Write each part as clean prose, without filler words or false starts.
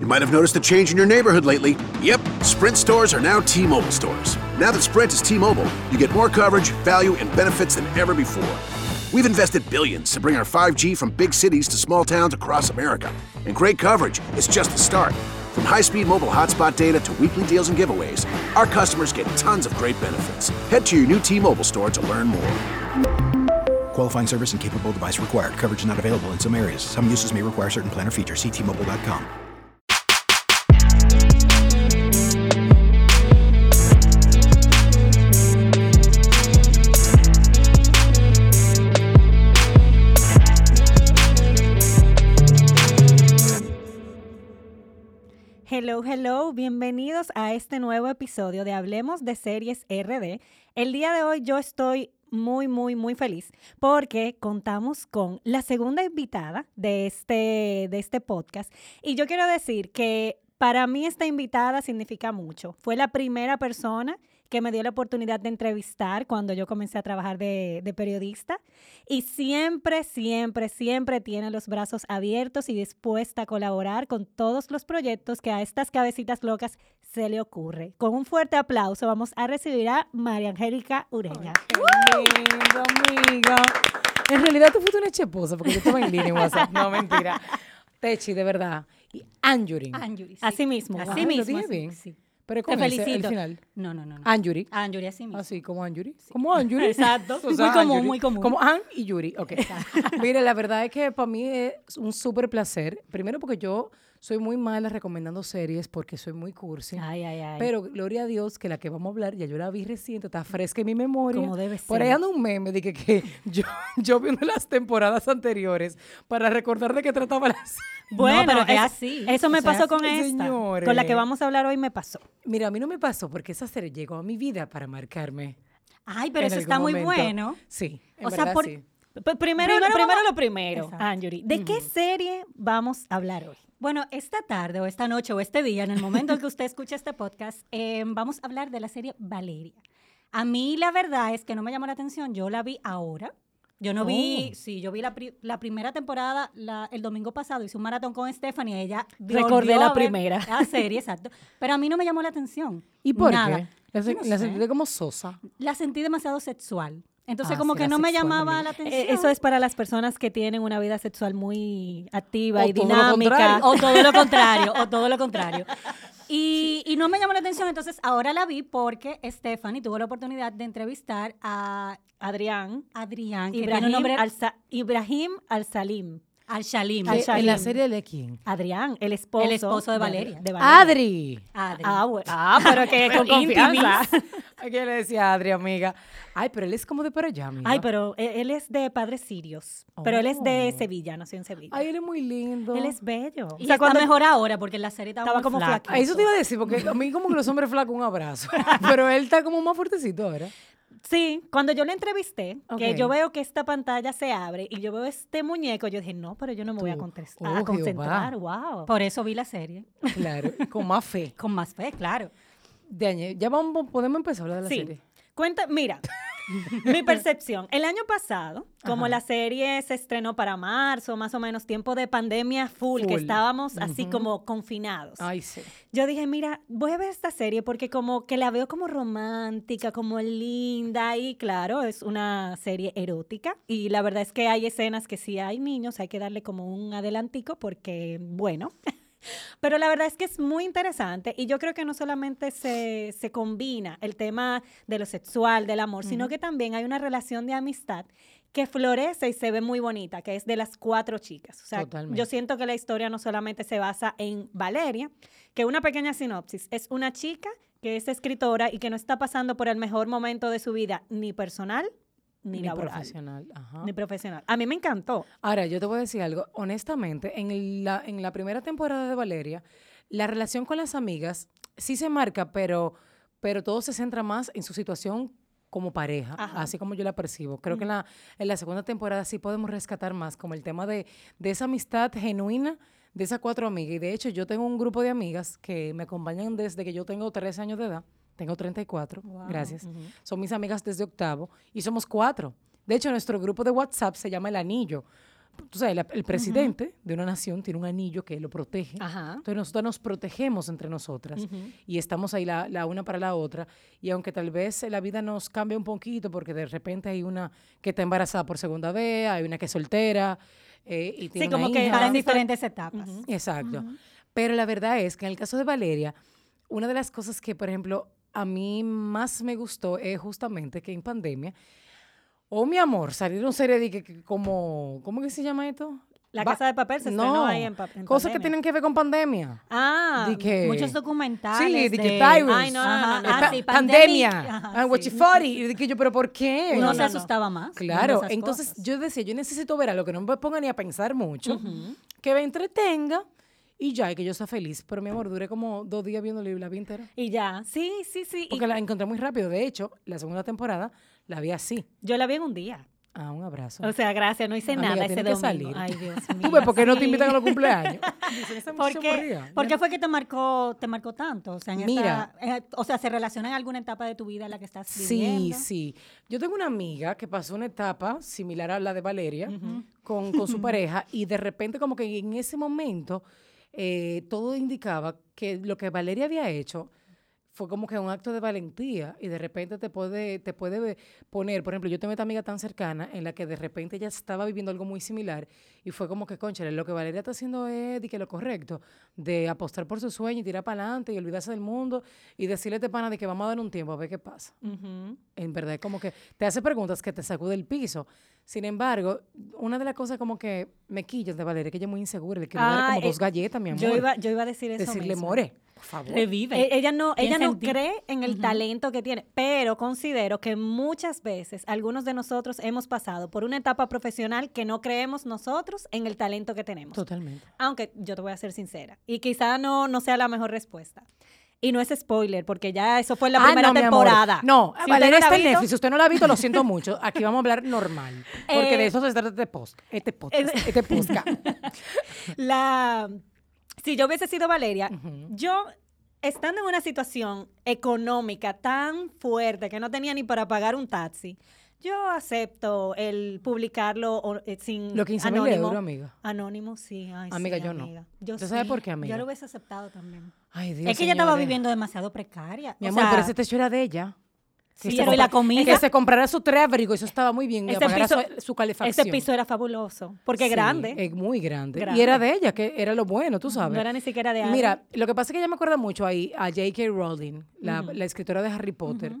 You might have noticed a change in your neighborhood lately. Yep, Sprint stores are now T-Mobile stores. Now that Sprint is T-Mobile, you get more coverage, value, and benefits than ever before. We've invested billions to bring our 5G from big cities to small towns across America. And great coverage is just the start. From high-speed mobile hotspot data to weekly deals and giveaways, our customers get tons of great benefits. Head to your new T-Mobile store to learn more. Qualifying service and capable device required. Coverage not available in some areas. Some uses may require certain plan or features. See T-Mobile.com. Hello, hello, bienvenidos a este nuevo episodio de Hablemos de Series RD. El día de hoy yo estoy muy feliz porque contamos con la segunda invitada de este podcast. Y yo quiero decir que para mí esta invitada significa mucho. Fue la primera persona que me dio la oportunidad de entrevistar cuando yo comencé a trabajar de periodista y siempre tiene los brazos abiertos y dispuesta a colaborar con todos los proyectos que a estas cabecitas locas se le ocurre. Con un fuerte aplauso vamos a recibir a María Angélica Ureña. ¡Qué lindo, amiga! En realidad tú fuiste una cheposa porque yo estaba en línea en WhatsApp. No, mentira. Techi, de verdad. Y Anjuri. Anjuri, sí. Así mismo. Así mismo. ¿Lo dije bien? Sí. Pero te felicito. El final. No. Anjuri. Anjuri, así mismo. Así, como Anjuri. Sí. Como Anjuri. Exacto. O sea, muy común. Como An y Yuri. Ok. Mire, la verdad es que para mí es un súper placer. Primero porque yo soy muy mala recomendando series porque soy muy cursi. Ay. Pero gloria a Dios que la que vamos a hablar, ya yo la vi reciente, está fresca en mi memoria. Como debe ser. Por ahí anda un meme de que yo viendo las temporadas anteriores para recordar de qué trataba la serie. Bueno, No, pero es así. Eso me pasó con esta. Señores. Con la que vamos a hablar hoy me pasó. Mira, a mí no me pasó porque esa serie llegó a mi vida para marcarme. Ay, pero en eso está algún muy momento. bueno. Sí, en O sea, verdad sí. Primero lo primero, Exacto. Anjuri. ¿De qué serie vamos a hablar hoy? Bueno, esta tarde o esta noche o este día, en el momento en que usted escuche este podcast, vamos a hablar de la serie Valeria. A mí la verdad es que no me llamó la atención. Yo la vi ahora. Yo no vi, yo vi la primera temporada el domingo pasado, hice un maratón con Stephanie, ella recordé la primera. La serie, exacto. Pero a mí no me llamó la atención. ¿Y por nada. qué? No La sé. sentí como sosa. La sentí demasiado sexual. Entonces, Ah, como sí, que era no me sexual llamaba también. la atención. Eso es para las personas que tienen una vida sexual muy activa O y todo lo dinámica. contrario. O todo lo contrario. Y no me llamó la atención. Entonces, ahora la vi porque Stephanie tuvo la oportunidad de entrevistar a Adrián, que tiene un nombre Ibrahim Al-Salim. ¿En la serie de quién? Adrián, el esposo de Valeria. Adri. Pero que con confianza. ¿A quién le decía Adri, amiga? Ay, pero él es como de por allá, amiga. Ay, pero él es de padres sirios. Pero él es de Sevilla, nació en Sevilla. Ay, él es muy lindo. Él es bello. Y está mejor ahora porque en la serie estaba como muy flaco. flaquito. Eso te iba a decir, porque a mí como que los hombres flacos un abrazo. Pero él está como más fuertecito ahora. Sí, cuando yo le entrevisté, que Ok. yo veo que esta pantalla se abre y yo veo este muñeco, yo dije, no, pero yo no me voy a Oh, concentrar. Jehová. Wow. Por eso vi la serie. Claro, con más fe. Con más fe, claro. Ya podemos empezar a hablar de la Sí. serie. Mira, mi percepción. El año pasado, como la serie se estrenó para marzo, más o menos, tiempo de pandemia full. Que estábamos así como confinados. Ay, sí. Yo dije, mira, voy a ver esta serie porque como que la veo como romántica, como linda y claro, es una serie erótica y la verdad es que hay escenas que si hay niños hay que darle como un adelantico porque, bueno, pero la verdad es que es muy interesante y yo creo que no solamente se combina el tema de lo sexual, del amor, sino que también hay una relación de amistad que florece y se ve muy bonita, que es de las 4 chicas. O sea, Totalmente. yo siento que la historia no solamente se basa en Valeria, que una pequeña sinopsis, es una chica que es escritora y que no está pasando por el mejor momento de su vida, ni personal, ni laboral. profesional. Ajá. Ni profesional. A mí me encantó. Ahora, yo te voy a decir algo. Honestamente, en la primera temporada de Valeria, la relación con las amigas sí se marca, pero todo se centra más en su situación como pareja, Ajá. así como yo la percibo. Creo que en la segunda temporada sí podemos rescatar más como el tema de esa amistad genuina de esas 4 amigas. Y de hecho, yo tengo un grupo de amigas que me acompañan desde que yo tengo 13 años de edad. Tengo 34, gracias. Son mis amigas desde octavo y somos 4. De hecho, nuestro grupo de WhatsApp se llama El Anillo, tú sabes, el presidente de una nación tiene un anillo que lo protege. Ajá. Entonces nosotros nos protegemos entre nosotras y estamos ahí la una para la otra. Y aunque tal vez la vida nos cambie un poquito porque de repente hay una que está embarazada por segunda vez, hay una que es soltera y tiene Sí, una como que hija. en diferentes etapas. Exacto. Pero la verdad es que en el caso de Valeria, una de las cosas que, por ejemplo, a mí más me gustó es justamente que en pandemia, mi amor, salieron series de que como, ¿cómo que se llama esto? La Casa de Papel se estrenó ahí en cosas que pandemia. tienen que ver con pandemia. Ah, De que- Muchos documentales. Sí, de que de- Tyrus. Ay, no, no, no, no. sí, pandemia. Ajá, What sí. you 40. Y de que yo, ¿pero por qué? Uno No, se no, no. asustaba más. Claro, viendo esas entonces cosas. yo decía, yo necesito ver algo que no me ponga ni a pensar mucho, que me entretenga y ya, y que yo sea feliz. Pero mi amor, duré como 2 días viendo la vida entera. y ya. Sí. Y Porque la encontré muy rápido. De hecho, la segunda temporada la vi así. yo la vi en un día. Ah, un abrazo. O sea, gracias, no hice Amiga, nada ese tiene que domingo. salir. Ay, Dios mío. ¿Tú ves por qué no te sí. invitan a los cumpleaños? Dicen, esa ¿Por muchacha qué, aburrida. por qué fue que te marcó tanto? O sea, Mira. o sea, ¿se relaciona en alguna etapa de tu vida en la que estás Sí, viviendo? sí. Yo tengo una amiga que pasó una etapa similar a la de Valeria con su pareja y de repente como que en ese momento todo indicaba que lo que Valeria había hecho fue como que un acto de valentía y de repente te puede poner, por ejemplo, yo tengo esta amiga tan cercana en la que de repente ella estaba viviendo algo muy similar y fue como que, cónchale, lo que Valeria está haciendo es de que lo correcto, de apostar por su sueño y tirar para adelante y olvidarse del mundo y decirle a este pana de que vamos a dar un tiempo a ver qué pasa. En verdad, como que te hace preguntas que te sacude el piso. Sin embargo, una de las cosas como que me quillas de Valeria, que ella es muy insegura, le quiero dar como 2 galletas, mi amor. Yo iba a decir eso Decirle, mismo. more, por favor. Revive. Ella no Piensa en ti. cree en el talento que tiene, pero considero que muchas veces algunos de nosotros hemos pasado por una etapa profesional que no creemos nosotros en el talento que tenemos. Totalmente. Aunque yo te voy a ser sincera, y quizá no sea la mejor respuesta. Y no es spoiler, porque ya eso fue en la primera no, mi amor. temporada. No, Si Valeria usted no la está ha en visto, Netflix. Si usted no la ha visto, lo siento mucho. Aquí vamos a hablar normal. Porque de eso se trata este podcast. Si yo hubiese sido Valeria, yo, estando en una situación económica tan fuerte que no tenía ni para pagar un taxi, yo acepto el publicarlo sin Lo 15.000 anónimo. euros, amiga. Anónimo, sí. Ay, Amiga, sí, yo no. amiga. Yo ¿Tú sabes sí. por qué, amiga? Yo lo hubiese aceptado también. Ay, Dios, Es que ella estaba señores. viviendo demasiado precaria. Mi O amor, sea, pero ese techo era de ella. Sí, se pero ¿y la compra- comida? Que se comprara su abrigo, eso estaba muy bien. Y Ese apagara piso- su calefacción. Ese piso era fabuloso, porque es Sí, grande. Es muy grande. Grande. Y era de ella, que era lo bueno, tú sabes. No era ni siquiera de alguien. Mira, lo que pasa es que ella me acuerda mucho ahí a J.K. Rowling, la escritora de Harry Potter.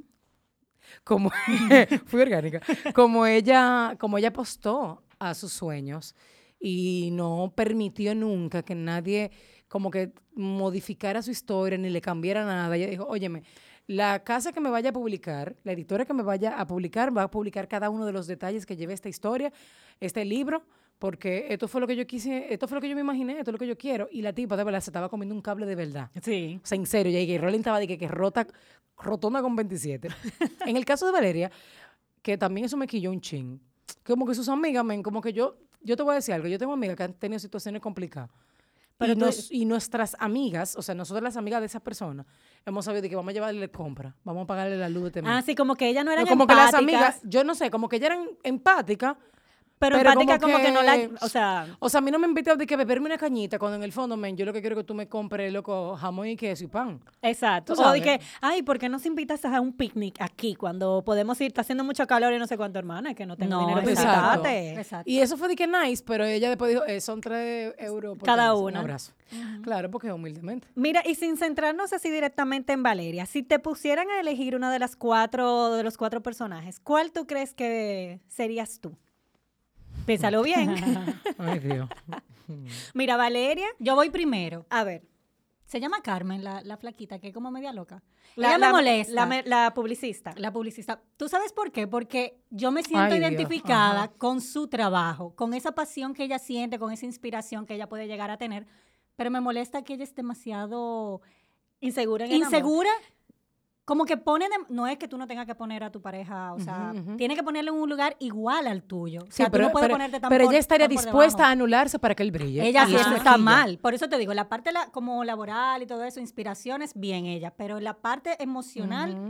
Como fui orgánica. Como ella apostó a sus sueños y no permitió nunca que nadie como que modificara su historia ni le cambiara nada. Ella dijo, óyeme, la casa que me vaya a publicar, la editora que me vaya a publicar, va a publicar cada uno de los detalles que lleve esta historia, este libro, porque esto fue lo que yo quise, esto fue lo que yo me imaginé, esto es lo que yo quiero. Y la tipa de verdad se estaba comiendo un cable de verdad. Sí. O sea, en serio, J.K. Rowling estaba de que rotona con 27. En el caso de Valeria, que también eso me quilló un chin, como que sus amigas, como que yo te voy a decir algo, yo tengo amigas que han tenido situaciones complicadas. Pero Y nuestras amigas, o sea, nosotras las amigas de esa persona, hemos sabido de que vamos a llevarle compra, vamos a pagarle la luz de este mes. Ah, sí, como que ellas no eran Pero como que las empáticas, amigas, yo no sé, como que ellas eran empáticas, pero empáticas como que no la... O sea, a mí no me invitan de que beberme una cañita cuando en el fondo, men, yo lo que quiero es que tú me compres, loco, jamón y queso y pan. exacto. Tú O de sabes. que, ay, ¿por qué no se invitas a un picnic aquí cuando podemos ir? Está haciendo mucho calor y no sé cuánto, hermana, es que no tengo No, dinero para exacto. invitarte. Exacto. Y eso fue de que nice, pero ella después dijo, son 3 euros por Cada cabeza. una. Un abrazo. Claro, porque humildemente. Mira, y sin centrarnos así directamente en Valeria, si te pusieran a elegir una de los cuatro personajes, ¿cuál tú crees que serías tú? Piénsalo bien. Ay, Dios. Mira, Valeria, Yo voy primero. a ver. Se llama Carmen, la flaquita, que es como media loca. La, Ella me la- molesta. la publicista. La publicista. ¿Tú sabes por qué? Porque yo me siento Ay, Dios, identificada ajá. con su trabajo, con esa pasión que ella siente, con esa inspiración que ella puede llegar a tener, pero me molesta que ella es demasiado Insegura en el amor. insegura, como que no es que tú no tengas que poner a tu pareja, o sea, tiene que ponerle en un lugar igual al tuyo. O Sí, sea, tú pero, no puedes pero- ponerte tan pero por- ella estaría tan por dispuesta debajo. a anularse para que él brille. Ella Y sí, eso me está quilla. mal. Por eso te digo, la parte como laboral y todo eso, inspiraciones, bien ella. Pero la parte emocional,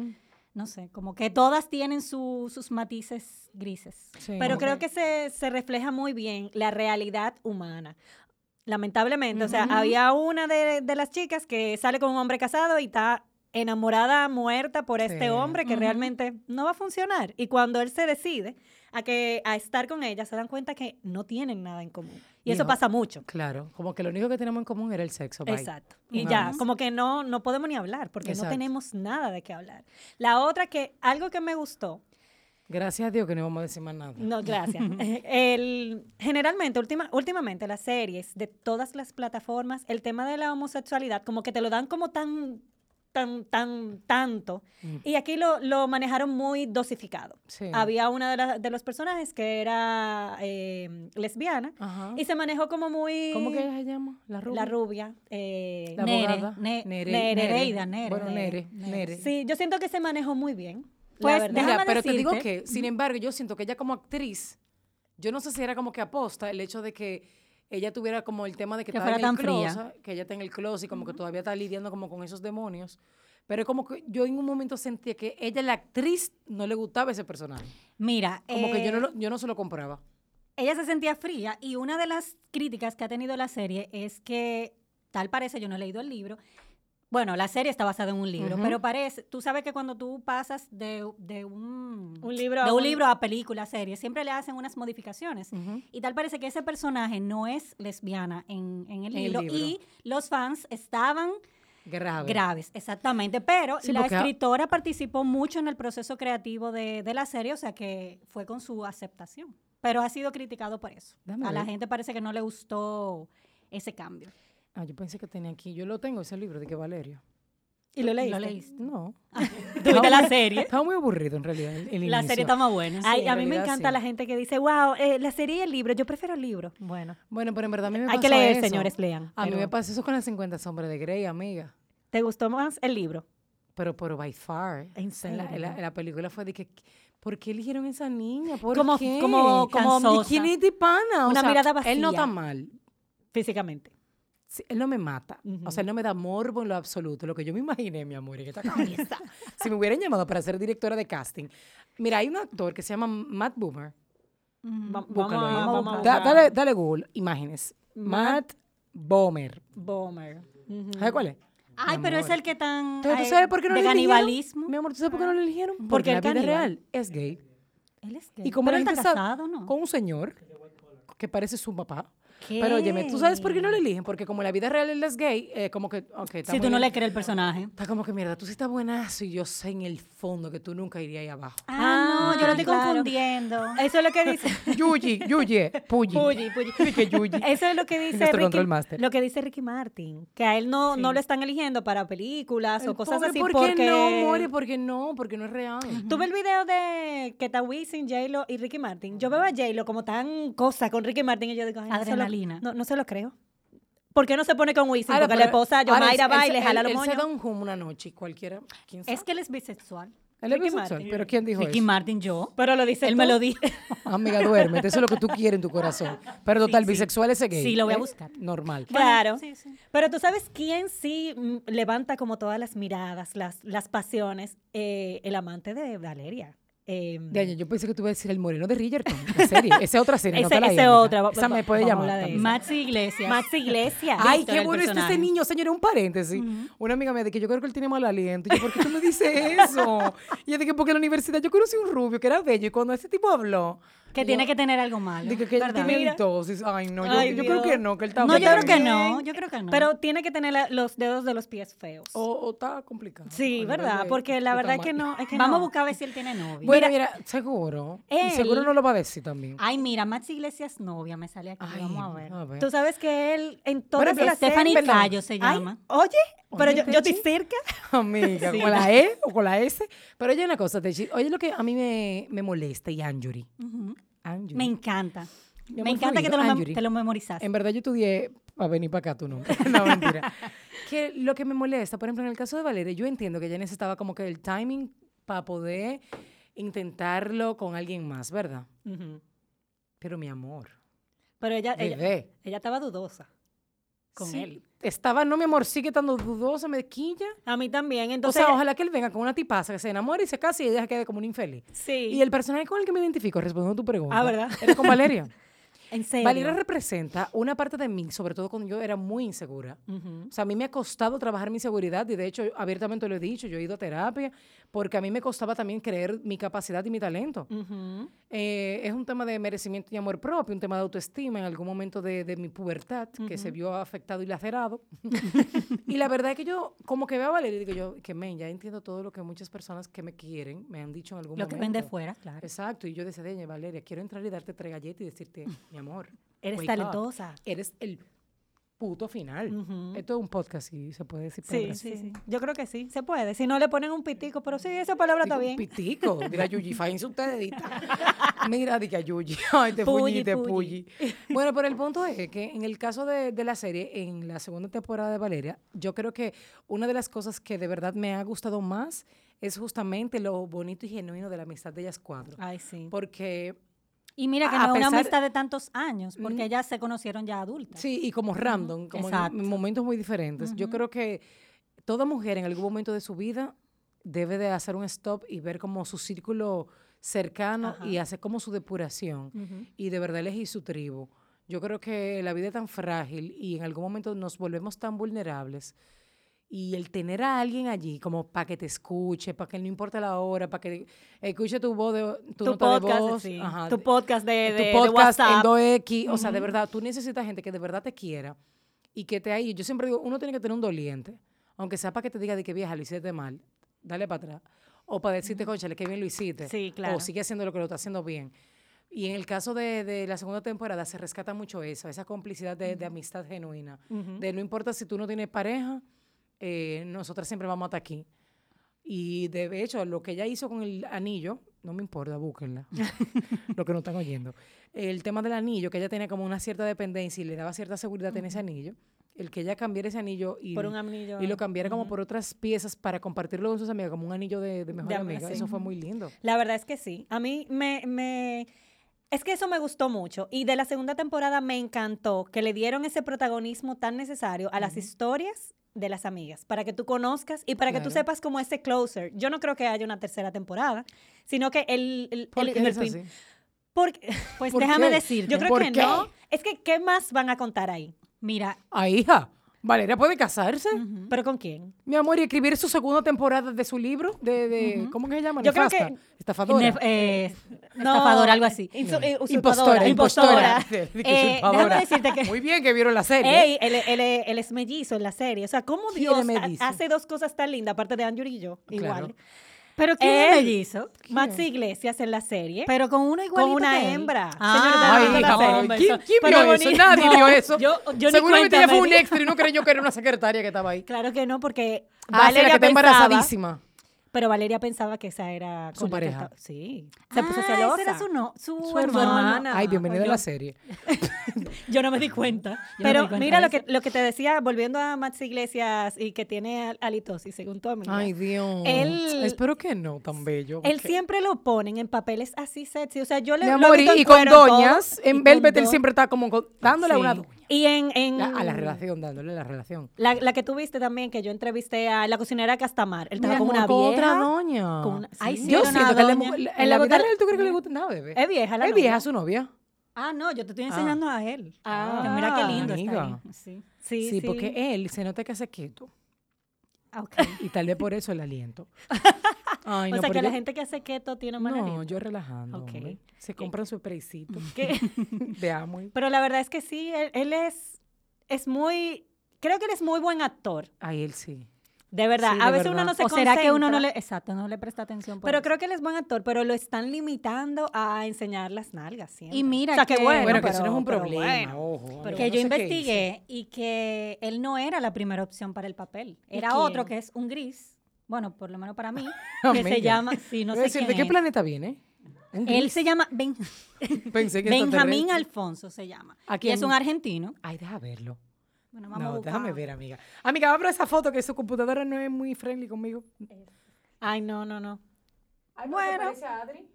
no sé, como que todas tienen sus matices grises. Sí. Pero creo que se refleja muy bien la realidad humana. Lamentablemente, o sea, había una de las chicas que sale con un hombre casado y está enamorada, muerta por este hombre que realmente no va a funcionar. Y cuando él se decide a estar con ella, se dan cuenta que no tienen nada en común. Y eso Hijo, pasa mucho. Claro, como que lo único que tenemos en común era el sexo. Bye. Exacto. Y Nada ya, más. como que no podemos ni hablar porque Exacto. no tenemos nada de qué hablar. La otra algo que me gustó, Gracias a Dios que no vamos a decir más nada. no, gracias. Generalmente, últimamente, las series de todas las plataformas, el tema de la homosexualidad, como que te lo dan como tanto. Y aquí lo manejaron muy dosificado. Sí. Había una de los personajes que era lesbiana Ajá. y se manejó como muy... ¿Cómo que ella se llama? La rubia. La rubia. La abogada. Nereida, Bueno, Nere. Sí, yo siento que se manejó muy bien. Pues, la verdad. déjame Mira, pero te digo decirte- que, sin embargo, yo siento que ella como actriz, yo no sé si era como que aposta el hecho de que ella tuviera como el tema de que Que estaba fuera en el tan fría. closet, que ella está en el closet y como que todavía está lidiando como con esos demonios. Pero es como que yo en un momento sentía que ella, la actriz, no le gustaba ese personaje. Mira, Como que yo no se lo compraba. ella se sentía fría y una de las críticas que ha tenido la serie es que, tal parece, yo no he leído el libro, bueno, la serie está basada en un libro, pero parece, tú sabes que cuando tú pasas de un libro a de un un- libro a película, serie, siempre le hacen unas modificaciones. Y tal parece que ese personaje no es lesbiana en el el libro libro. y los fans estaban Grave. graves, exactamente. Pero Sí, la porque escritora participó mucho en el proceso creativo de la serie, o sea que fue con su aceptación. Pero ha sido criticado por eso. Déjame A la ver. gente parece que no le gustó ese cambio. Ah, yo pensé que tenía aquí. Yo lo tengo, ese libro de que Valerio. ¿Y lo leíste? ¿Lo leíste? No. ¿Tuviste la serie? Estaba muy aburrido en realidad. El La inicio. serie está más buena. Ay, en a mí me realidad encanta sí. la gente que dice, wow, la serie y el libro, yo prefiero el libro. Bueno, Bueno, pero en verdad a mí me hay pasó que leer, eso. señores, lean. A mí pero- me pasó eso con las 50 sombras de Grey, amiga. ¿Te gustó más el libro? Pero by far. ¿En O sea, serio? la película fue de que, ¿por qué eligieron a esa niña? ¿Por Como- qué? como- Cansosa. ¿Y quién es de pana? Una mirada Él no vacía. está mal. Físicamente. Sí, él no me mata. O sea, él no me da morbo en lo absoluto. Lo que yo me imaginé, mi amor, en esta cabeza. Si me hubieran llamado para ser directora de casting. Mira, hay un actor que se llama Matt Boomer. Búscalo ahí. vamos a Dale Google, imágenes. Matt Bomer. Bomer. ¿Sabes cuál es? Ay, Mi pero es amor. el que tan... Pero tú ay, sabes por qué no de lo eligieron. canibalismo. Mi amor, ¿tú sabes por qué no lo eligieron? Porque Porque en la el vida caníbal. real es gay. Él es gay. Y como Pero la él gente está sabe, casado, ¿no? con un señor que parece su papá. ¿Qué? Pero óyeme, ¿tú sabes por qué no lo eligen? Porque como en la vida real él es gay, como que, ok, está Si muy tú no bien. le crees el personaje. Está como que, mierda, tú sí estás buenazo y yo sé en el fondo que tú nunca irías ahí abajo. Ah, no, yo lo estoy claro. confundiendo. Eso es lo que dice. Yuyi, Puyi. Puyi. Yuyi. Eso es lo que dice Nuestro control master. lo que dice Ricky Martin, que a él no lo están eligiendo para películas o cosas Pobre, así ¿por porque qué no, More? ¿Por qué no? Porque no es real. Tuve el video de que está Wisin, J-Lo y Ricky Martin. Yo veo a J-Lo como tan cosa con Ricky Martin y yo digo, ay, Adrenalina. No se lo creo. ¿Por qué no se pone con Wisin? Ahora, Porque la pero- esposa ahora, Yomaira él va y se- le jala los él se da moños. un hum una noche y cualquiera, ¿quién sabe? Es que él es bisexual. Él es Ricky bisexual, Martin. pero ¿quién dijo Ricky eso? Martin, yo. Pero lo dice Él tú. me lo dijo. Amiga, duérmete, eso es lo que tú quieres en tu corazón. Pero total, bisexual ese gay. Sí, lo voy a ¿eh? buscar. Normal. Claro. Sí, sí. Pero tú sabes quién sí levanta como todas las miradas, las pasiones, el amante de Valeria. De año, yo pensé que tú ibas a decir el moreno de Ridgerton, la serie. Esa es otra serie, no Ese- te la ese amiga. otra, Esa me puede vamos a llamar hablar de también. Maxi Iglesias. Max Iglesias. Ay, Víctor, qué el bueno está ese personaje. niño, señores, un paréntesis. Una amiga me dijo que yo creo que él tiene mal aliento. Y yo, ¿por qué tú me dices eso? Y yo dije, porque en la universidad yo conocí un rubio que era bello y cuando ese tipo habló, Que tiene que tener algo malo. dije que él ¿verdad? tiene Mira. entonces. Ay, no, Ay, yo creo Dios. que no, que él está No, yo creo que también. no. Yo creo que no. Pero tiene que tener los dedos de los pies feos. O está complicado. Sí, a nivel ¿verdad? de- Porque la de verdad es que tamaño. no. Es que Vamos a no. buscar a ver si él tiene novio. Bueno, mira, seguro. Y Él- seguro no lo va a decir también. Ay, mira, Maxi Iglesias novia me sale aquí. Ay, Vamos a ver. a ver. Tú sabes que él en todas Bueno, las Stephanie series- Cayo se Ay, llama. oye, pero Oye, yo estoy Techi. cerca. Amiga, con la E o con la S. Pero oye una cosa, Techi. Oye lo que a mí me molesta y Anjuri. Anjuri. Me encanta. Mi Me amor encanta que favorito, Anjuri. te lo memorizaste. En verdad yo estudié a venir para acá tu nombre. No, mentira. Que lo que me molesta, por ejemplo, en el caso de Valeria, yo entiendo que ella necesitaba como que el timing para poder intentarlo con alguien más, ¿verdad? Pero mi amor, Pero ella bebé. estaba dudosa. con Sí. él. Estaba, no, mi amor, sigue estando dudosa, me quilla. A mí también. O Entonces, sea, ojalá que él venga con una tipaza que se enamore y se case y ella se quede como un infeliz. sí. Y el personaje con el que me identifico, respondiendo a tu pregunta, Ah, ¿verdad? era con Valeria. En serio. Valeria representa una parte de mí, sobre todo cuando yo era muy insegura. Ujú. O sea, a mí me ha costado trabajar mi seguridad y de hecho abiertamente lo he dicho, yo he ido a terapia porque a mí me costaba también creer mi capacidad y mi talento. Ujú. Es un tema de merecimiento y amor propio, un tema de autoestima en algún momento de mi pubertad que se vio afectado y lacerado. Y la verdad es que yo como que veo a Valeria y digo yo, que men, ya entiendo todo lo que muchas personas que me quieren me han dicho en algún Lo momento. que ven de fuera, claro. Exacto, y yo decía, "Deñe, Valeria, quiero entrar y darte 3 galletas y decirte, mi amor, Eres wake up. talentosa. Eres el puto final. Ujú. Esto es un podcast y se puede decir Sí, palabras. sí. Yo creo que sí, se puede. Si no le ponen un pitico, pero sí, esa palabra está Digo, bien. Pitico, diga Yuyi, fájense ustedes, edita. Mira, diga Yuyi, ay, te Puyi, te puyi. puyi. Bueno, pero el punto es que en el caso de la serie, en la segunda temporada de Valeria, yo creo que una de las cosas que de verdad me ha gustado más es justamente lo bonito y genuino de la amistad de ellas 4. Ay, sí. Porque, Y mira que a no es una pesar- amistad de tantos años, porque ellas se conocieron ya adultas. sí, y como random, como Exacto. en momentos muy diferentes. Yo creo que toda mujer en algún momento de su vida debe de hacer un stop y ver como su círculo cercano Ajá. y hacer como su depuración y de verdad elegir su tribu. Yo creo que la vida es tan frágil y en algún momento nos volvemos tan vulnerables y el tener a alguien allí como para que te escuche, para que no importa la hora, para que escuche tu voz, tu Tu nota podcast, de voz, sí. ajá, Tu podcast de tu podcast en WhatsApp. 2X, o sea, de verdad, tú necesitas gente que de verdad te quiera y que te ahí. Yo siempre digo, uno tiene que tener un doliente, aunque sea para que te diga de que vieja, lo hiciste mal, dale para atrás. O para decirte, conchale, qué bien lo hiciste. Sí, claro. O sigue haciendo lo que lo está haciendo bien. Y en el caso de la segunda temporada se rescata mucho eso, esa complicidad de amistad genuina. De no importa si tú no tienes pareja, nosotras siempre vamos hasta aquí. Y de hecho, lo que ella hizo con el anillo, no me importa, búsquenla, lo que no están oyendo. El tema del anillo, que ella tenía como una cierta dependencia y le daba cierta seguridad en ese anillo, el que ella cambiara ese anillo y, Por un anillo. y lo cambiara como por otras piezas para compartirlo con sus amigas, como un anillo de mejor De amiga, sí. eso fue muy lindo. La verdad es que sí. A mí es que eso me gustó mucho. Y de la segunda temporada me encantó que le dieron ese protagonismo tan necesario a las historias de las amigas, para que tú conozcas y para que tú Claro. sepas como ese closer. Yo no creo que haya una tercera temporada, sino que ¿Por qué en es el así? pues ¿Por déjame qué? decirte. Yo creo ¿Por que qué? no. Es que, ¿qué más van a contar ahí? Mira, Ah, hija, Valeria puede casarse, ¿Pero con quién? mi amor, y escribir su segunda temporada de su libro, ¿cómo que se llama? Yo creo Nefasta, que- estafadora. estafadora, algo así. Impostora. Impostora. Usurpadora. Déjame decirte que Muy bien que vieron la serie. Ey, él es mellizo en la serie. O sea, ¿cómo ¿Quién Dios es mellizo? hace dos cosas tan lindas, aparte de Anjur y yo? Claro. Igual. ¿Pero quién es Él, mellizo? Maxi Iglesias en la serie. Pero con una igualita con una que él. hembra. Ah, Señorita, Ay, ¿no hija, la pero serie? ¿quién Pero vio eso? bonito. Nadie No, vio eso. yo ni Seguramente ella cuenta fue me un di. extra y no creyó que era una secretaria que estaba ahí. Claro que no, porque Ah, sí, la Valeria que está pensaba, embarazadísima. pero Valeria pensaba que esa era Su con la que pareja. estaba- Sí. Se puso celosa. Esa era su Su hermana. hermana. Ay, bienvenida a Yo- la serie. Yo no me di cuenta. Yo no me Pero di cuenta mira de lo que, eso. lo que te decía, volviendo a Maxi Iglesias y que tiene halitosis, según tu amiga. Ay, Dios. Él- Espero que no, tan bello. Él porque- siempre lo ponen en papeles así sexy. O sea, yo le Mi lo he amor, visto en y con cuero, en todo, doñas, y en con Velvet él do- siempre está como dándole a una Sí. doña. Y en A la relación, dándole la relación. La que tú viste también, que yo entrevisté a la cocinera Castamar. Él estaba Mira, con como una con vieja. otra doña. con una- Ay, sí. sí, Yo era una siento que doña. en la vida real tú crees que le gusta nada, bebé. Es vieja la Es novia. vieja su novia. Ah, no, yo te estoy enseñando a él. Ah, Mira qué lindo está amiga. ahí. Sí. Sí, Sí, porque él se nota que hace keto. Ah, ok. Y tal vez por eso el aliento. Ay, o sea, pero que la yo- gente que hace keto tiene mal No, aliento. yo relajando. Ok. hombre. Se compran su spraycito ¿Qué? de Amway. Pero la verdad es que sí, él es muy... Creo que él es muy buen actor. Ay, él sí. De verdad. Sí, de a veces verdad. uno no se O será que uno no concentra, le, exacto, no le presta atención por Pero eso. creo que él es buen actor, pero lo están limitando a enseñar las nalgas siempre. Y mira o sea, que que- bueno, Bueno, que pero, eso no es un pero problema, bueno. ojo. Pero amiga, Que no yo sé qué investigué y que él no era la primera opción para el papel. ¿Y Era quién? otro que es un gris, bueno, por lo menos para mí, que Amiga. se llama, sí, no Voy a sé decir, quién ¿de qué es. planeta viene? ¿Un Él gris? se llama Pensé que Benjamín extraterrestre. Alfonso, se llama. ¿A Y quién? es un argentino. Ay, deja verlo. Bueno, vamos a No, buscar. déjame ver, amiga. Amiga, abra esa foto que su computadora no es muy friendly conmigo. Ay, no. Ay, Bueno. ¿se parece a Adri?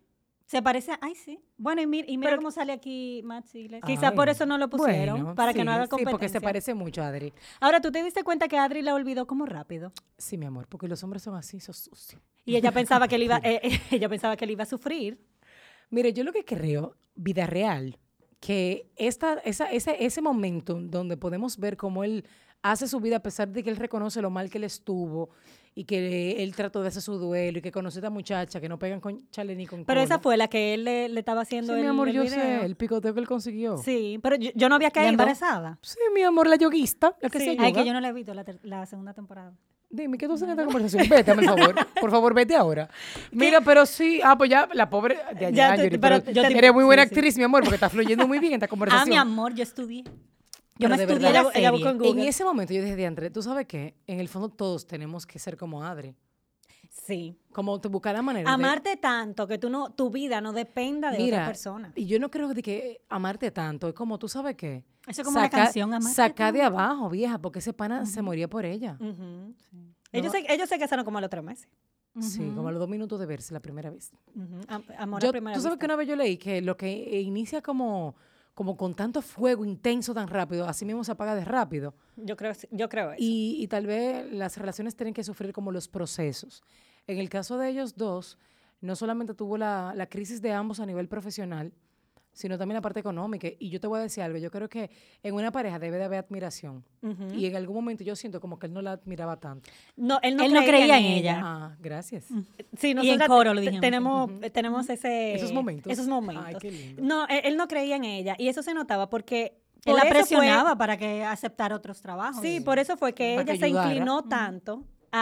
Se parece a... Ay, sí. Bueno, y mira Pero- cómo sale aquí Matt Iglesias. Quizá por eso no lo pusieron, Bueno, para que sí, no haga Sí, competencia. porque se parece mucho a Adri. Ahora, ¿tú te diste cuenta que Adri la olvidó como rápido? Sí, mi amor, porque los hombres son así, son sucios. Y ella pensaba que él iba, ella pensaba que él iba a sufrir. Mire, yo lo que creo, vida real, que ese momento donde podemos ver cómo él hace su vida a pesar de que él reconoce lo mal que él estuvo y que él trató de hacer su duelo y que conoce a esta muchacha que no pegan con chale ni con Pero cola. esa fue la que él le estaba haciendo Sí, el, mi amor, el yo video. sé, el picoteo que él consiguió. Sí, pero yo no había ¿La caído. embarazada? Sí, mi amor, la yoguista, la que Sí. se Ay, yoga. que yo no la he visto la segunda temporada. Dime, ¿qué tú haces en esta conversación? Vete, hazme el favor. Por favor, vete ahora. Mira, pero sí. Pues ya, la pobre de Ya allá, te- Yuri, pero pero yo te- eres muy buena sí, sí. actriz, mi amor, porque está fluyendo muy bien esta Ah, conversación. mi amor, yo estudié. Yo Pero me de estudié verdad, la ella serie. buscó en En Google. ese momento yo dije, Diantre, ¿tú sabes qué? En el fondo todos tenemos que ser como Adri. Sí. Como te buscar la manera de... Amarte tanto que tu vida no dependa de Mira, otra persona. y yo no creo de que amarte tanto. Es como, ¿tú sabes qué? Eso es como una canción, amarte Saca de tanto. abajo, vieja, porque ese pana se moría por ella. Ujú. No. Ellos se casaron como a los 3 meses. Sí, como a los 2 minutos de verse la primera vez. Ujú. Amor Yo- a primera tú sabes vista. que una vez yo leí que lo que inicia como con tanto fuego intenso tan rápido, así mismo se apaga de rápido. Yo creo eso. Y tal vez las relaciones tienen que sufrir como los procesos. En el caso de ellos dos, no solamente tuvo la crisis de ambos a nivel profesional, sino también la parte económica. Y yo te voy a decir algo, yo creo que en una pareja debe de haber admiración. Ujú. Y en algún momento yo siento como que él no la admiraba tanto. No, él no Él no creía en ella. Ah, gracias. Sí, Y en nosotras coro lo dijimos, tenemos Esos momentos. Esos momentos. Ay, qué lindo. No, él no creía en ella y eso se notaba porque Él por la eso fue- presionaba para que aceptara otros trabajos. Sí, por eso fue que Para ella que se ayudara. inclinó tanto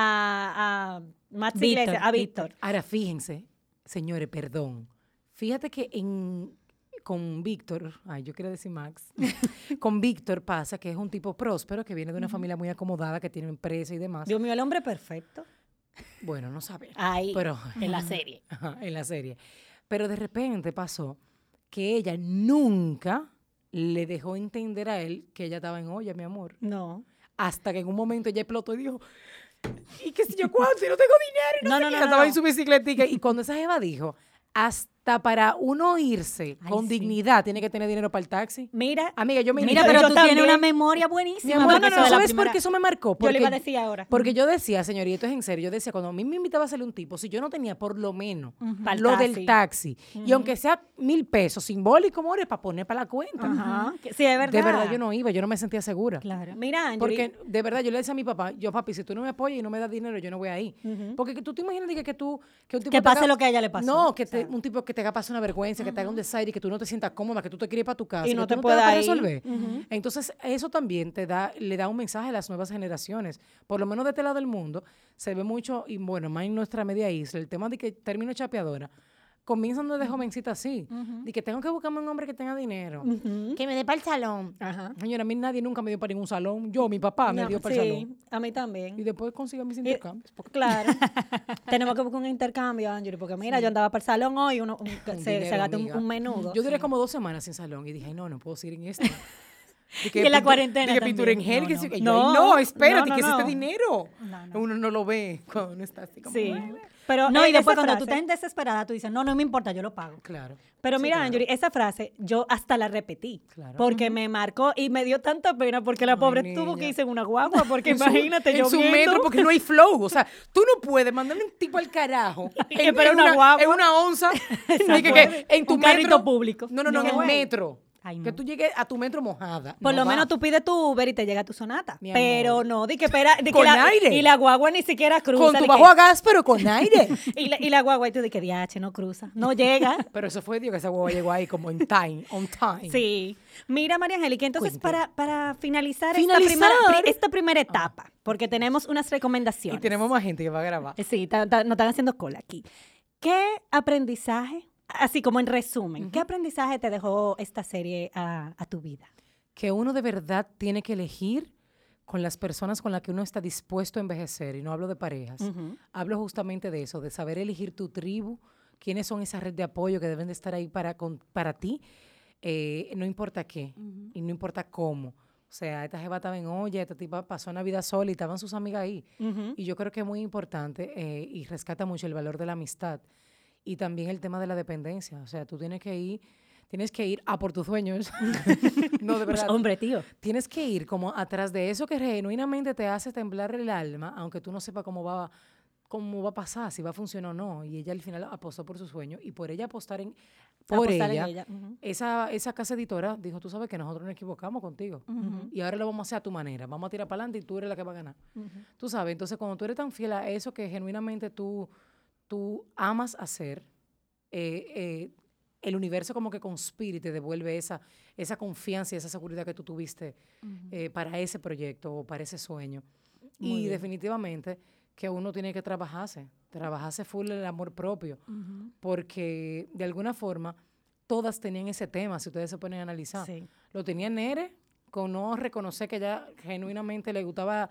a Max Víctor, Iglesias, a Víctor. Ahora, fíjense, señores, perdón. Fíjate que con Víctor, yo quería decir Max, con Víctor pasa que es un tipo próspero, que viene de una familia muy acomodada, que tiene empresa y demás. Dios mío, el hombre perfecto. Bueno, no sabemos. Ahí, Pero, en la serie. Ajá, en la serie. Pero de repente pasó que ella nunca le dejó entender a él que ella estaba en olla, mi amor. No. Hasta que en un momento ella explotó y dijo, ¿y qué sé yo cuánto? Y no tengo dinero. Y no, No, sé no, qué. no, Ella estaba no. en su bicicletica. Y cuando esa jeva dijo, hasta para uno irse Ay, con sí. dignidad tiene que tener dinero para el taxi. Mira, Amiga, yo me Mira, Yo pero tú también. tienes una memoria Mi buenísima. amor, porque no, eso de la ¿sabes primera- por qué eso me marcó? yo Porque, le iba a decir ahora. porque yo decía, señorito, es en serio, yo decía, cuando a mí me invitaba a salir un tipo, si yo no tenía por lo menos Pa'l lo taxi. del taxi, y aunque sea 1,000 pesos, simbólico, more, para poner para la cuenta. Ajá. Sí, es verdad. De verdad yo no iba, yo no me sentía segura. Claro. Mira, Anjuli, Porque de verdad yo le decía a mi papá, papi, si tú no me apoyas y no me das dinero, yo no voy ahí. Porque que tú te imaginas que un tipo Que te pase haga- lo que a ella le pasó. No, que un tipo que te haga pasar una vergüenza, que te haga un desaire, que tú no te sientas cómoda, que tú te quieres ir para tu casa, Y que no tú te te vas pueda a ir. resolver. Entonces, eso también le da un mensaje a las nuevas generaciones. Por lo menos de este lado del mundo, se ve mucho, y bueno, más en nuestra media isla, el tema de que término chapeadora, comienzan desde jovencita así, de que tengo que buscarme un hombre que tenga dinero, que me dé para el salón. Ajá. Señora, a mí nadie nunca me dio para ningún salón. Yo, mi papá, me No, dio para el salón. sí, a mí también. Y después consigo mis intercambios. porque- Claro. Tenemos que buscar un intercambio, Anjuli, porque mira, yo andaba para el salón hoy, se dinero, gastó amiga. un menudo. Yo duré como 2 semanas sin salón y dije, ay, no puedo seguir en esto. Y en la cuarentena Que pintura en también. gel, que No, sí, que no. yo, ay, no, espérate, No, que es no. este dinero. No. Uno no lo ve cuando uno está así como... Sí. Pero No, y después esa cuando tú frase- estás desesperada, tú dices, no me importa, yo lo pago. Claro. Pero Sí, mira, claro. Anjuli, esa frase yo hasta la repetí. Claro. Porque me marcó y me dio tanta pena porque la Ay, pobre niña. tuvo que irse en una guagua. Porque En su- imagínate, en su lloviendo. metro porque no hay flow. O sea, tú no puedes mandarle un tipo al carajo que espera una guagua. en una onza No y que puede. en tu Un carrito metro público. No, en No, el güey. metro. Ay, Que no. tú llegues a tu metro mojada. Por No lo va. menos tú pides tu Uber y te llega tu sonata. Mi Pero amor. no, di que espera. Di que Con la- aire. Y la guagua ni siquiera cruza. Con tu di bajo que- a gas, pero con aire. y la guagua, y tú di que DH no cruza. No llega. Pero eso fue, Dios, que esa hueva llegó ahí como on time. Sí. Mira, María Angélica, entonces Cuente. para finalizar, Finalizar. esta primera etapa, porque tenemos unas Y recomendaciones. tenemos más gente que va a grabar. Sí, nos están haciendo cola aquí. ¿Qué aprendizaje, así como en resumen, qué aprendizaje te dejó esta serie a tu vida? Que uno de verdad tiene que elegir con las personas con las que uno está dispuesto a envejecer. Y no hablo de parejas. Hablo justamente de eso, de saber elegir tu tribu, quiénes son esa red de apoyo que deben de estar ahí para ti, no importa qué y no importa cómo. O sea, esta jeva estaba en olla, esta tipa pasó Navidad sola y estaban sus amigas ahí. Y yo creo que es muy importante y rescata mucho el valor de la amistad. Y también el tema de la dependencia. O sea, tú tienes que ir a por tus sueños. No, de verdad. Pues, hombre, tío. Tienes que ir como atrás de eso que genuinamente te hace temblar el alma, aunque tú no sepas cómo va a pasar, si va a funcionar o no. Y ella al final apostó por su sueño y por ella apostar en ella. Esa casa editora dijo, tú sabes que nosotros nos equivocamos contigo y ahora lo vamos a hacer a tu manera, vamos a tirar para adelante y tú eres la que va a ganar. Tú sabes, entonces cuando tú eres tan fiel a eso que genuinamente tú amas hacer, el universo como que conspira y te devuelve esa confianza y esa seguridad que tú tuviste para ese proyecto o para ese sueño. Y definitivamente que uno tiene que trabajarse full el amor propio, porque de alguna forma todas tenían ese tema, si ustedes se ponen a analizar. Sí. Lo tenía Nere, con no reconocer que ella genuinamente le gustaba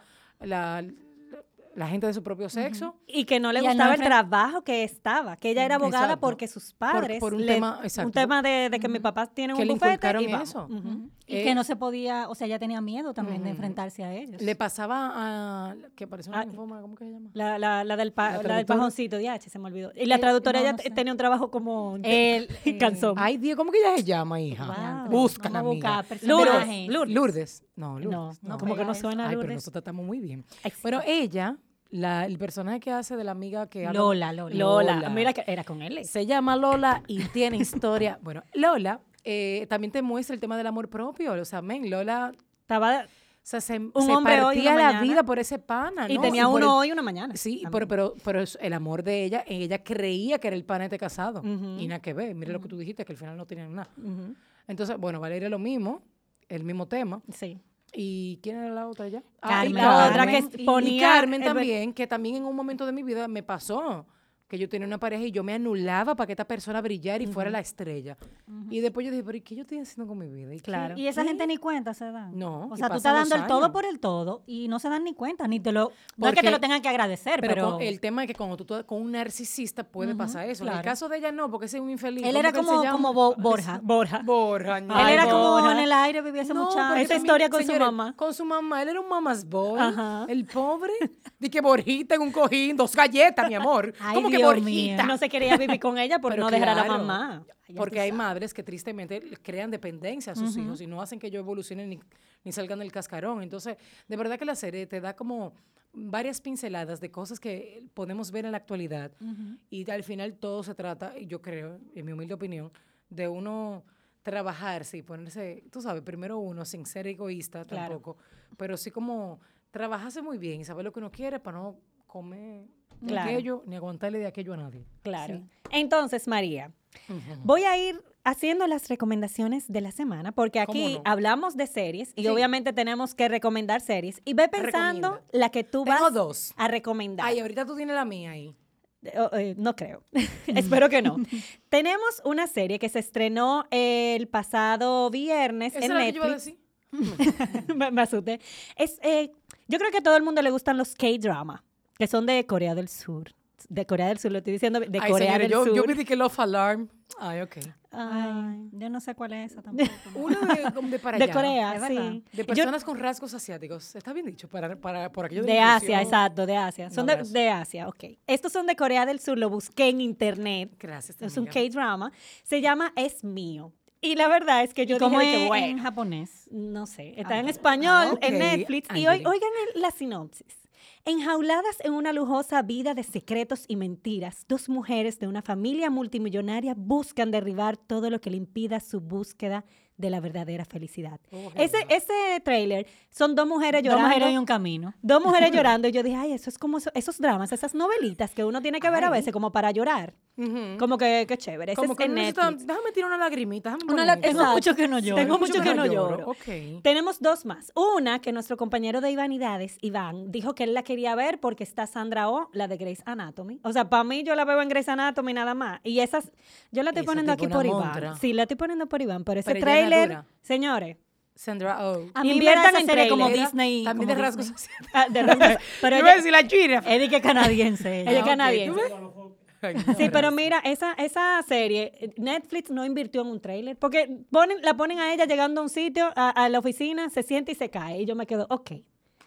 la gente de su propio sexo. Y que no le Y al gustaba no el trabajo que estaba, que ella era abogada Exacto. porque sus padres... Por un tema, exacto. Un tema de que mi papá tiene Que un le bufete inculcaron y vamos. eso. Y que no se podía, o sea, ella tenía miedo también de enfrentarse a ellos. Le pasaba a... que pareció una linfoma, ¿cómo que se llama? La del traductora. pajoncito, se me olvidó. Y la traductora no, ella no sé. tenía un trabajo como El, calzón. Ay, Dios, ¿cómo que ella se llama, hija? Wow. Búscala, Vamos a buscar amiga. personajes. Lourdes. No, Lourdes. No, como que no suena Ay, pero Lourdes. nosotros estamos muy bien. Ay, sí. Pero ella, el personaje que hace de la amiga que habla... Lola. Mira que era con él. Se llama Lola y tiene historia. Bueno, Lola también te muestra el tema del amor propio. O sea, Lola... Estaba... O sea, se hombre hoy, partía una la mañana. vida por ese pana, ¿no? Y tenía por uno hoy y una mañana. Sí, también. pero el amor de ella creía que era el pana este casado. Y nada que ver. Mira lo que tú dijiste, que al final no tenían nada. Entonces, bueno, Valeria lo mismo, el mismo tema. Sí. ¿Y quién era la otra ya? Carmen. Y La otra Carmen. que Y ponía Carmen el- también, que también en un momento de mi vida me pasó que yo tenía una pareja y yo me anulaba para que esta persona brillara y fuera la estrella. Y después yo dije, pero ¿y qué yo estoy haciendo con mi vida? ¿Y qué? Claro. Y esa gente ni cuenta se dan. No, O y sea, tú pasan estás dando los el todo años. por el todo y no se dan ni cuenta, ni te lo... No es que Porque- te lo tengan que agradecer, pero... el tema es que cuando tú con un narcisista puede pasar eso. En el claro. caso de ella no, porque ese es un infeliz. Él era que se como, llama? Borja. Borja. Él Ay, era como Borja. en el aire, vivía ese No, muchacho. porque Esa también, historia con su señores, mamá. Con su mamá. Él era un mama's boy. Ajá. El pobre. De que Borjita en un cojín, 2 galletas, mi amor. Ay, ¿Cómo que Dios Borjita? mío. No se quería vivir con ella por Pero no dejar a la claro, mamá. Ya Porque tú hay sabes. madres que tristemente crean dependencia a sus hijos y no hacen que ellos evolucionen ni salgan del cascarón. Entonces, de verdad que la serie te da como varias pinceladas de cosas que podemos ver en la actualidad. Y al final todo se trata, y yo creo, en mi humilde opinión, de uno trabajarse y ponerse, tú sabes, primero uno, sin ser egoísta Claro. tampoco, pero sí como trabajarse muy bien y saber lo que uno quiere para no comer de Claro. aquello ni aguantarle de aquello a nadie. Claro. Entonces, María, voy a ir haciendo las recomendaciones de la semana, porque aquí ¿Cómo no? hablamos de series y Sí. obviamente tenemos que recomendar series. Y ve pensando Recomienda. la que tú Tengo vas 2. a recomendar. Ay, ahorita tú tienes la mía ahí. No creo. Espero que no. Tenemos una serie que se estrenó el pasado viernes ¿Esa en es la que yo iba a Netflix. decir? Me asusté. Yo creo que a todo el mundo le gustan los K-drama, que son de Corea del Sur. De Corea del Sur, lo estoy diciendo, de Ay, Corea señores, del Sur. yo me dije Love Alarm. Ay, ok. Ay, yo no sé cuál es esa tampoco. Uno de para De allá. Corea, es verdad. sí. De personas con rasgos asiáticos. Está bien dicho, por aquello De la Asia, inclusión. exacto, de Asia. Son No, gracias. de Asia, ok. Estos son de Corea del Sur, lo busqué en internet. Gracias, Es un amiga. K-drama. Se llama Es Mío. Y la verdad es que yo ¿Cómo dije es que, en bueno, japonés? no sé, está en español, ok. en Netflix. Y Ándale. oigan la sinopsis. Enjauladas en una lujosa vida de secretos y mentiras, 2 mujeres de una familia multimillonaria buscan derribar todo lo que le impida su búsqueda de la verdadera felicidad. Oh, Ese tráiler son 2 mujeres 2 llorando. mujeres y un camino. 2 mujeres llorando y yo dije, ay, eso es como esos dramas, esas novelitas que uno tiene que ver a Ay. veces como para llorar. Ujú. Como que chévere. Ese Como es que en uno necesita- Netflix. déjame tirar una lagrimita. Déjame Una poner la- esto. Tengo Exacto. mucho que no lloro. Tengo mucho que no lloro. Ok. Tenemos 2 más. Una que nuestro compañero de Ivanidades, Iván, dijo que él la quería ver porque está Sandra Oh, la de Grey's Anatomy. O sea, para mí yo la veo en Grey's Anatomy nada más. Y esas, yo la estoy Esa poniendo aquí tipo por una Iván. montra. Sí, la estoy poniendo por Iván. Pero ese Pero ella es tráiler, madura. señores, Sandra Oh. A mí Inviertan me da esa en serie como trailer. Disney. También como de rasgos Disney. asiáticos. de razón. Pero Yo iba a ella, decir la china. Es de que canadiense. ella es ok, canadiense. ¿tú ves? Sí, pero mira, esa serie, Netflix no invirtió en un tráiler, porque la ponen a ella llegando a un sitio, a la oficina, se siente y se cae. Y yo me quedo, ok,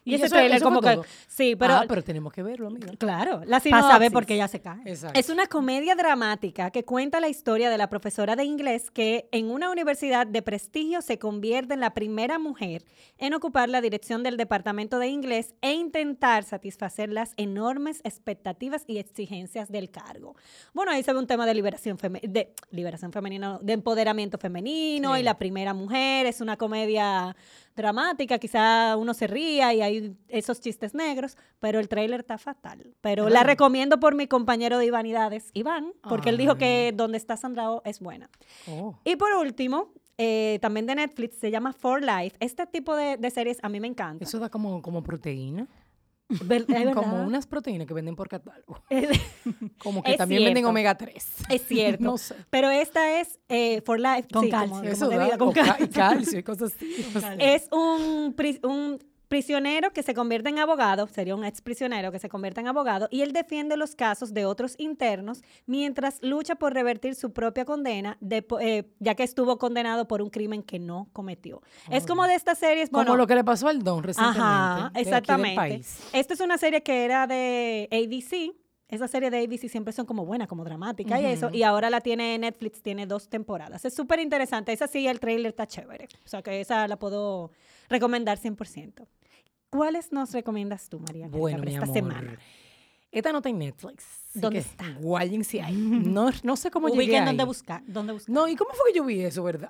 Y ¿Y ese eso- trailer eso como fue que... todo? Sí, pero... Pero tenemos que verlo, amiga. Claro, la Para saber sinopsis. por qué ella se cae. Exacto. Es una comedia dramática que cuenta la historia de la profesora de inglés que en una universidad de prestigio se convierte en la primera mujer en ocupar la dirección del departamento de inglés e intentar satisfacer las enormes expectativas y exigencias del cargo. Bueno, ahí se ve un tema de liberación femenina, de empoderamiento femenino Sí. y la primera mujer. Es una comedia dramática, quizá uno se ría y hay esos chistes negros, pero el tráiler está fatal. Pero la recomiendo por mi compañero de Ivanidades, Iván, porque él dijo Ay. que Donde está Sandra Oh es buena. Oh. Y por último, también de Netflix, se llama For Life. Este tipo de series a mí me encanta. Eso da como proteína. Es verdad. Como unas proteínas que venden por catálogo. Es, Como que Es también venden cierto. omega 3. es cierto. No sé. Pero esta es For Life. Con sí, calcio. como Eso de da, vida, con o calcio. calcio y cosas así. Es un prisionero que se convierte en abogado, sería un ex prisionero que se convierte en abogado, y él defiende los casos de otros internos mientras lucha por revertir su propia condena, ya que estuvo condenado por un crimen que no cometió. Es como de estas series, Como bueno, lo que le pasó al Don recientemente. ajá, de aquí del exactamente. país. Esta es una serie que era de ABC. Esa serie de ABC siempre son como buenas, como dramática y eso. Y ahora la tiene Netflix, tiene 2 temporadas. Es súper interesante. Esa sí, el trailer está chévere. O sea que esa la puedo recomendar 100%. ¿Cuáles nos recomiendas tú, María Angélica, Bueno, para mi esta amor. semana? Esta no está en Netflix. así ¿Dónde que está? Guáyense ahí. No sé cómo llegué Ubiquen ahí. dónde buscar. ¿Dónde buscar? No, ¿y cómo fue que yo vi eso, verdad?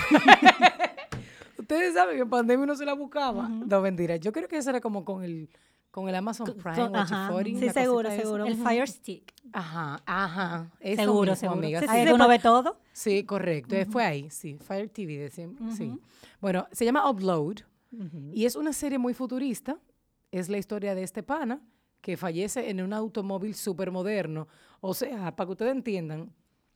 Ustedes saben que en pandemia uno se la buscaba. No, mentira. Yo creo que eso era como con el Amazon Prime o Ajá. Chiforty, Sí, una seguro, cosita esa. seguro. El Fire Stick. Ajá. Eso Seguro, mismo, seguro. amiga. Sí, Sí, Ahí sí, que uno pero- ve todo. sí, correcto. Fue ahí, sí. Fire TV, sí. Bueno, se llama Upload y es una serie muy futurista. Es la historia de este pana que fallece en un automóvil súper moderno. O sea, para que ustedes entiendan,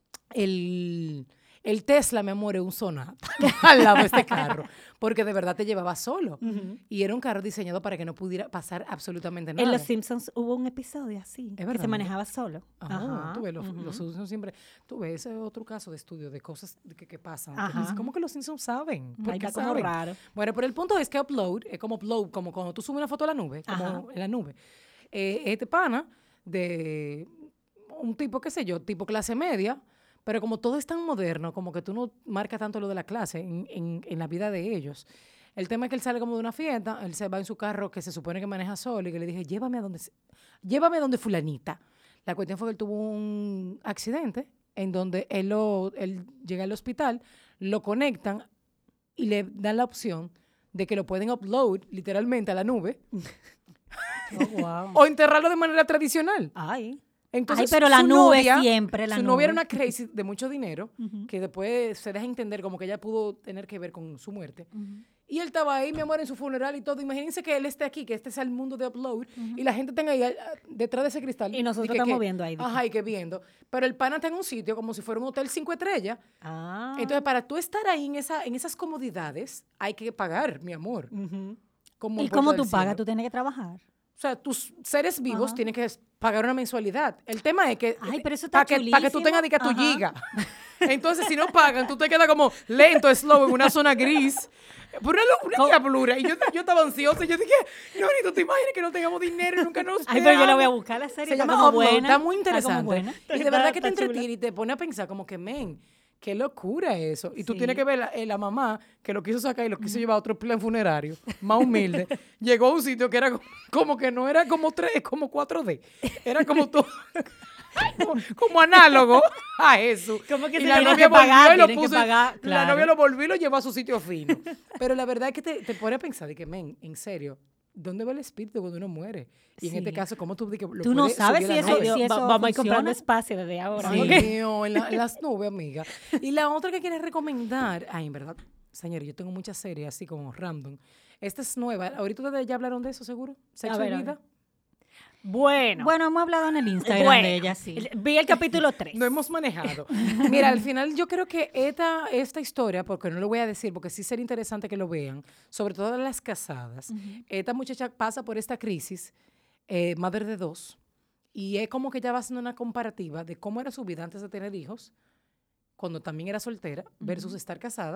el Tesla, mi amor, es un Sonata al lado de este carro, porque de verdad te llevaba solo. Y era un carro diseñado para que no pudiera pasar absolutamente nada. En Los Simpsons hubo un episodio así, que verdad, se manejaba solo. Tú ves, los Simpsons siempre, tú ves, ese es otro caso de estudio de cosas que pasan. Ajá. Dices, ¿cómo que los Simpsons saben? ¿Por Ahí qué está como saben? raro. Bueno, pero el punto es que upload, es como upload, como cuando tú subes una foto a la nube, como Ajá. en la nube. Este pana de un tipo, qué sé yo, tipo clase media, pero como todo es tan moderno, como que tú no marcas tanto lo de la clase en la vida de ellos. El tema es que él sale como de una fiesta, él se va en su carro que se supone que maneja solo y que le dije, llévame a donde fulanita. La cuestión fue que él tuvo un accidente en donde él llega al hospital, lo conectan y le dan la opción de que lo pueden upload literalmente a la nube o enterrarlo de manera tradicional. Ay. Entonces, Ay, pero la su nube novia, siempre, la su novia era nube. una crazy de mucho dinero, que después se deja entender como que ella pudo tener que ver con su muerte. Y él estaba ahí, mi amor, en su funeral y todo. Imagínense que él esté aquí, que este sea el mundo de upload, y la gente tenga ahí detrás de ese cristal. Y nosotros estamos viendo ahí, Ajá, y que viendo. Pero el pana está en un sitio como si fuera un hotel 5 estrellas. Ah. Entonces, para tú estar ahí en esas comodidades, hay que pagar, mi amor. Como en ¿Y cómo Puerto tú del pagas? Cielo. Tú tienes que trabajar. O sea, tus seres vivos tienen que pagar una mensualidad. El tema es que Ay, pero eso está para que tú chulísimo. tengas de que tu Ajá. giga. Entonces, si no pagan, tú te quedas como lento, slow, en una zona gris. Por una diablura. Y yo estaba ansiosa. Y yo dije, no, ni tú te imaginas que no tengamos dinero y nunca nos Ay, pero yo la voy a veamos". buscar la serie. Se está llama como Upload, buena. está muy Está como interesante. buena. Y de verdad que te Está chula. entretiene y te pone a pensar como que, men, qué locura eso. Y tú Sí. tienes que ver la mamá que lo quiso sacar y lo quiso llevar a otro plan funerario, más humilde. Llegó a un sitio que era como que no era como 3, como 4D. Era como todo... como análogo a eso. Como que y se la tienen novia que pagar, volvió y lo tienen que puso, pagar, la claro. novia lo volvió y lo llevó a su sitio fino. Pero la verdad es que te pone a pensar de que, men, en serio, ¿dónde va el espíritu cuando uno muere? Y en Sí. este caso, ¿cómo tú de que lo Tú no puedes sabes subir a si la eso- nube? si eso Vamos a ir comprando funciona. espacio desde ahora. Ay, ¿ok? mío, en las nubes, amiga. Y la otra que quieres recomendar, ay, en verdad, señores, yo tengo muchas series así como random. Esta es nueva. Ahorita ustedes ya hablaron de eso, seguro. Sexo ver, y a vida. ver. Bueno, Bueno, hemos hablado en el Instagram bueno, de ella, sí. vi el capítulo 3. No hemos manejado. Mira, al final yo creo que esta historia, porque no lo voy a decir, porque sí sería interesante que lo vean, sobre todo las casadas. Esta muchacha pasa por esta crisis, madre de 2, y es como que ella va haciendo una comparativa de cómo era su vida antes de tener hijos, cuando también era soltera, versus estar casada,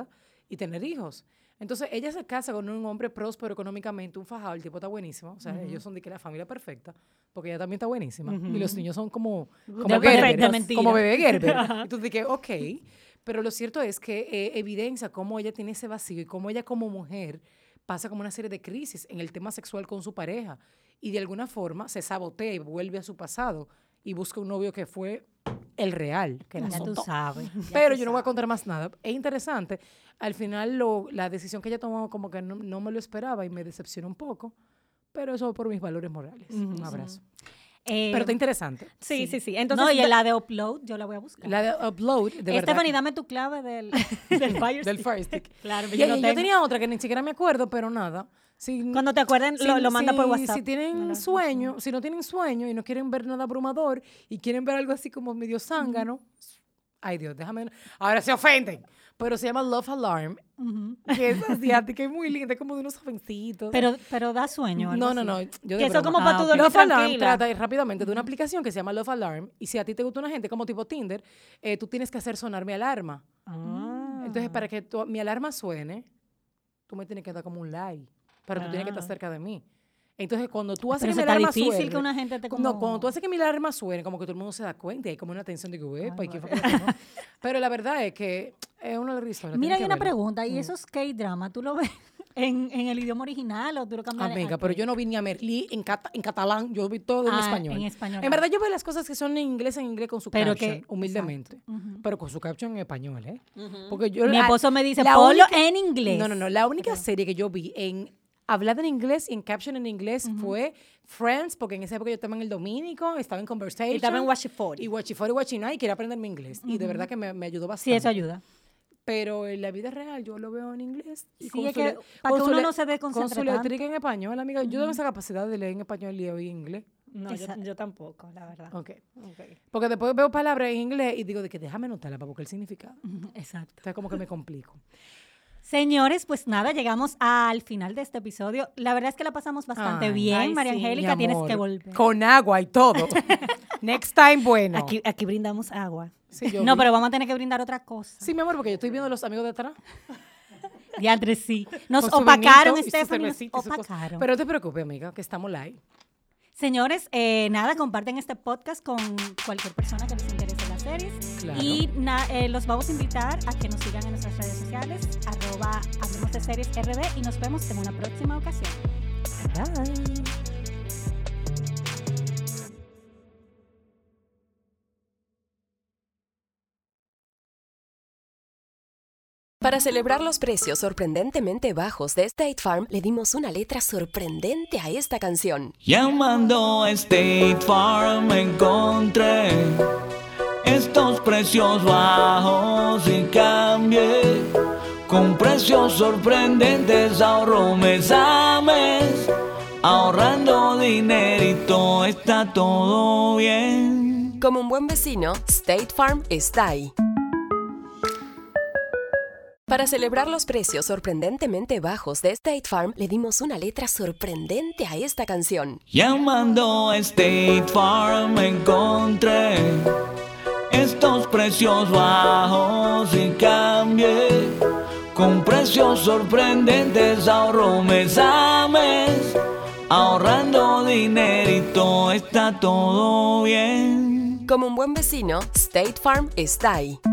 y tener hijos. Entonces, ella se casa con un hombre próspero económicamente, un fajado, el tipo está buenísimo. O sea, ellos son de que la familia perfecta, porque ella también está buenísima. Y los niños son como Gerber, como bebé Gerber. Y tú dices, ok. Pero lo cierto es que evidencia cómo ella tiene ese vacío y cómo ella como mujer pasa como una serie de crisis en el tema sexual con su pareja. Y de alguna forma se sabotea y vuelve a su pasado y busca un novio que fue el real, que la Ya tú azotó. sabes. Pero yo no voy a contar más nada. Es interesante. Al final, la decisión que ella tomó como que no me lo esperaba y me decepcionó un poco. Pero eso por mis valores morales. Un abrazo. Pero está interesante. Sí. Entonces, No, y la de Upload, yo la voy a buscar. La de Upload, de verdad. Stephanie, dame tu clave del Fire Del Stick. Fire Stick. Claro, Y yo no yo tengo. tenía otra que ni siquiera me acuerdo, pero nada. Si, Cuando te acuerden, lo manda por WhatsApp. Si tienen sueño, si no tienen sueño y no quieren ver nada abrumador y quieren ver algo así como medio zángano, ay Dios, déjame. Ahora se ofenden. Pero se llama Love Alarm, que es asiática y muy linda, es como de unos jovencitos. Pero da sueño. algo No. así. Yo Que de eso broma. como para tú dormir Love Alarm tranquila. trata rápidamente de una aplicación que se llama Love Alarm. Y si a ti te gusta una gente como tipo Tinder, tú tienes que hacer sonar mi alarma. Entonces, para que mi alarma suene, tú me tienes que dar como un like. Pero tú tienes que estar cerca de mí. Entonces, cuando tú haces Pero que mi eso está alarma difícil suene... que una gente te como... No, cuando tú haces que mi alarma suene, como que todo el mundo se da cuenta y hay como una tensión de que, uepa, ¿y quién fue que lo llamó? Pero la verdad es que es una risa. Mira, hay una pregunta. ¿Y esos K-drama, tú lo ves en el idioma original o tú lo cambias? Amiga, pero yo no vi ni a Merlí en catalán, yo vi todo en español. En español. En verdad yo veo las cosas que son en inglés con su Pero caption, que- humildemente. exacto. Pero con su caption en español, ¿eh? Porque yo, Mi esposo me dice, la ponlo única- en inglés. No, la única serie que yo vi hablada en inglés y en caption en inglés fue Friends, porque en esa época yo estaba en el Dominico, estaba en Conversation. Y estaba en Wachifori. Y Wachifori, Wachinay, y quería aprenderme inglés. Y de verdad que me ayudó bastante. Sí, eso ayuda. Pero en la vida real yo lo veo en inglés. Y Sí, es que para que uno no se desconcentre Con su tanto. letrica en español, amiga. Yo tengo esa capacidad de leer en español y oír inglés. No, yo tampoco, la verdad. Ok. Porque después veo palabras en inglés y digo de que déjame anotarla para buscar el significado. Exacto. Entonces como que me complico. Señores, pues nada, llegamos al final de este episodio. La verdad es que la pasamos bastante Ay, bien, ay, María sí, Angélica, Mi tienes amor, que volver. Con agua y todo. Next time, bueno. Aquí brindamos agua. Sí, yo No, vi. pero vamos a tener que brindar otra cosa. Sí, mi amor, porque yo estoy viendo a los amigos de atrás. Diantre, sí. Nos con su opacaron, vinito y su Stephanie, nos cervecita y su cosa. opacaron. Pero no te preocupes, amiga, que estamos live. Señores, nada, comparten este podcast con cualquier persona que les interese las series. Claro. Y los vamos a invitar a que nos sigan en nuestras redes sociales, @Hablemos de Series RD, y nos vemos en una próxima ocasión. Bye. Para celebrar los precios sorprendentemente bajos de State Farm, le dimos una letra sorprendente a esta canción. Llamando a State Farm encontré estos precios bajos y cambié. Con precios sorprendentes ahorro mes a mes. Ahorrando dinerito está todo bien. Como un buen vecino, State Farm está ahí. Para celebrar los precios sorprendentemente bajos de State Farm, le dimos una letra sorprendente a esta canción. Llamando a State Farm encontré estos precios bajos y cambié. Con precios sorprendentes ahorro mes a mes. Ahorrando dinerito está todo bien. Como un buen vecino, State Farm está ahí.